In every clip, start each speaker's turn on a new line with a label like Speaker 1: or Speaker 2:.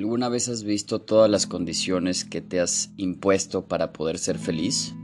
Speaker 1: ¿Alguna vez has visto todas las condiciones que te has impuesto para poder ser feliz?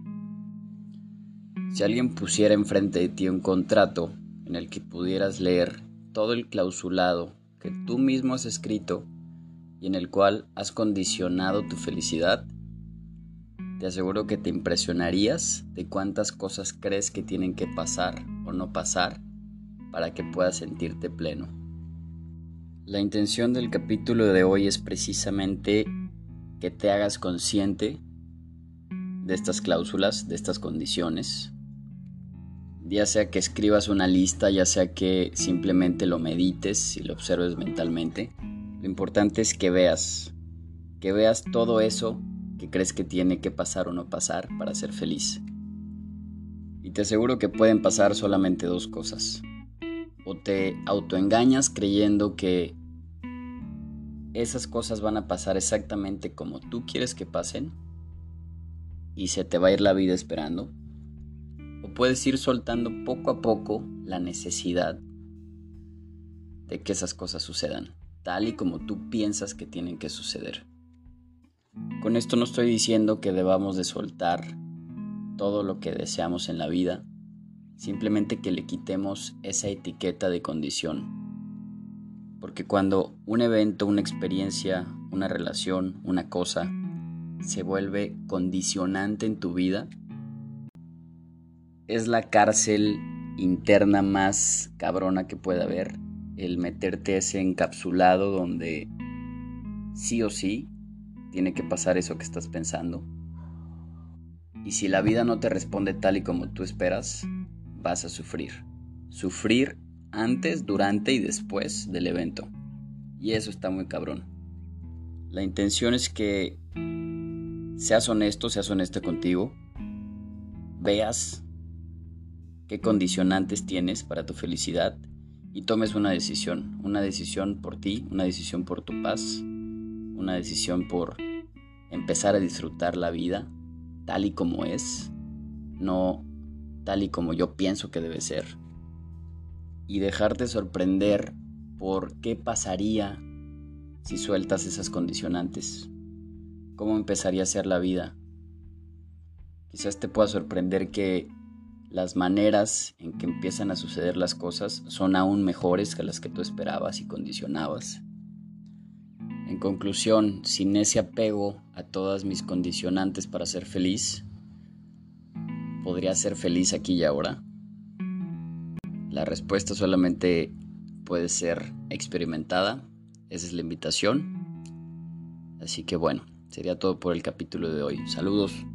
Speaker 1: Si alguien pusiera enfrente de ti un contrato en el que pudieras leer todo el clausulado que tú mismo has escrito y en el cual has condicionado tu felicidad, te aseguro que te impresionarías de cuántas cosas crees que tienen que pasar o no pasar para que puedas sentirte pleno. La intención del capítulo de hoy es precisamente que te hagas consciente de estas cláusulas, de estas condiciones, ya sea que escribas una lista, ya sea que simplemente lo medites y lo observes mentalmente. Lo importante es que veas todo eso que crees que tiene que pasar o no pasar para ser feliz. Y te aseguro que pueden pasar solamente dos cosas. O te autoengañas creyendo que esas cosas van a pasar exactamente como tú quieres que pasen y se te va a ir la vida esperando. O puedes ir soltando poco a poco la necesidad de que esas cosas sucedan, tal y como tú piensas que tienen que suceder. Con esto no estoy diciendo que debamos de soltar todo lo que deseamos en la vida, simplemente que le quitemos esa etiqueta de condición. Porque cuando un evento, una experiencia, una relación, una cosa se vuelve condicionante en tu vida, es la cárcel interna más cabrona que puede haber, el meterte ese encapsulado donde sí o sí tiene que pasar eso que estás pensando. Y si la vida no te responde tal y como tú esperas, vas a sufrir. Sufrir antes, durante y después del evento. Y eso está muy cabrón. La intención es que seas honesta contigo, veas qué condicionantes tienes para tu felicidad y tomes una decisión por ti, una decisión por tu paz, una decisión por empezar a disfrutar la vida tal y como es, no tal y como yo pienso que debe ser, y dejarte sorprender por qué pasaría si sueltas esas condicionantes, cómo empezaría a ser la vida. Quizás te pueda sorprender que las maneras en que empiezan a suceder las cosas son aún mejores que las que tú esperabas y condicionabas. En conclusión, sin ese apego a todas mis condicionantes para ser feliz, ¿podría ser feliz aquí y ahora? La respuesta solamente puede ser experimentada. Esa es la invitación. Así que bueno, sería todo por el capítulo de hoy. Saludos.